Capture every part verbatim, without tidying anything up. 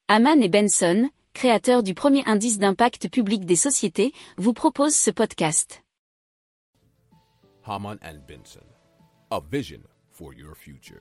Hamann et Benson, créateurs du premier indice d'impact public des sociétés, vous proposent ce podcast. Hamann and Benson, a vision for your future.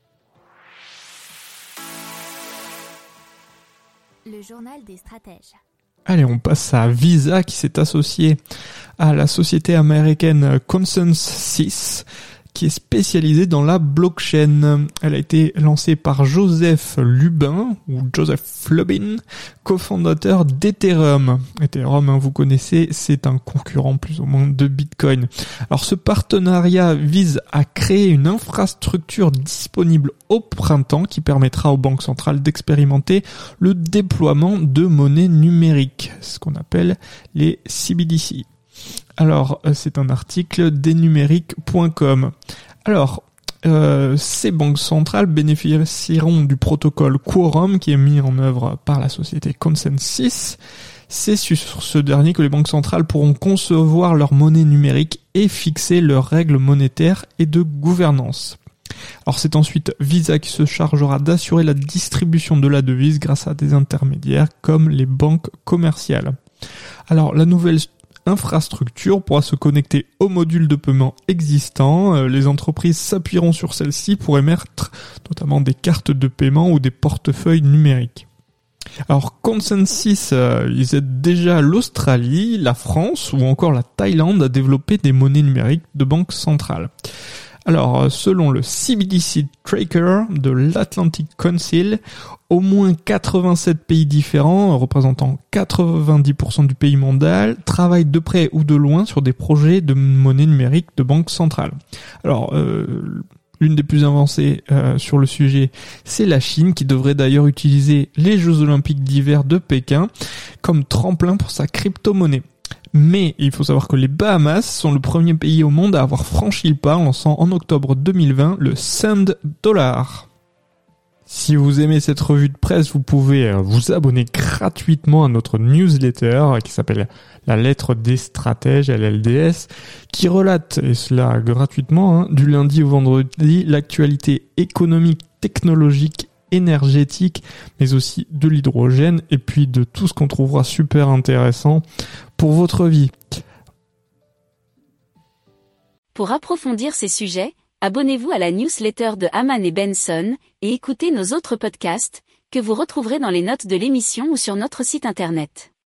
Le journal des stratèges. Allez, on passe à Visa qui s'est associé à la société américaine Consensus qui est spécialisée dans la blockchain. Elle a été lancée par Joseph Lubin ou Joseph Lubin, cofondateur d'Ethereum. Ethereum, hein, vous connaissez, c'est un concurrent plus ou moins de Bitcoin. Alors ce partenariat vise à créer une infrastructure disponible au printemps qui permettra aux banques centrales d'expérimenter le déploiement de monnaies numériques, ce qu'on appelle les C B D C. Alors, c'est un article denumérique point com. Alors, euh, ces banques centrales bénéficieront du protocole Quorum qui est mis en œuvre par la société Consensus. C'est sur ce dernier que les banques centrales pourront concevoir leur monnaie numérique et fixer leurs règles monétaires et de gouvernance. Alors c'est ensuite Visa qui se chargera d'assurer la distribution de la devise grâce à des intermédiaires comme les banques commerciales. Alors la nouvelle infrastructure pourra se connecter aux modules de paiement existants. Les entreprises s'appuieront sur celles-ci pour émettre notamment des cartes de paiement ou des portefeuilles numériques. Alors Consensus, euh, ils aident déjà l'Australie, la France ou encore la Thaïlande à développer des monnaies numériques de banque centrale. Alors, selon le C B D C Tracker de l'Atlantic Council, au moins quatre-vingt-sept pays différents, représentant quatre-vingt-dix pour cent du pays mondial, travaillent de près ou de loin sur des projets de monnaie numérique de banque centrale. Alors, euh, l'une des plus avancées euh, sur le sujet, c'est la Chine, qui devrait d'ailleurs utiliser les Jeux Olympiques d'hiver de Pékin comme tremplin pour sa crypto-monnaie. Mais il faut savoir que les Bahamas sont le premier pays au monde à avoir franchi le pas en lançant en octobre deux mille vingt le Sand Dollar. Si vous aimez cette revue de presse, vous pouvez vous abonner gratuitement à notre newsletter qui s'appelle La Lettre des Stratèges, L L D S, qui relate, et cela gratuitement, hein, du lundi au vendredi, l'actualité économique, technologique, énergétique, mais aussi de l'hydrogène et puis de tout ce qu'on trouvera super intéressant pour votre vie. Pour approfondir ces sujets, abonnez-vous à la newsletter de Hamann et Benson et écoutez nos autres podcasts que vous retrouverez dans les notes de l'émission ou sur notre site internet.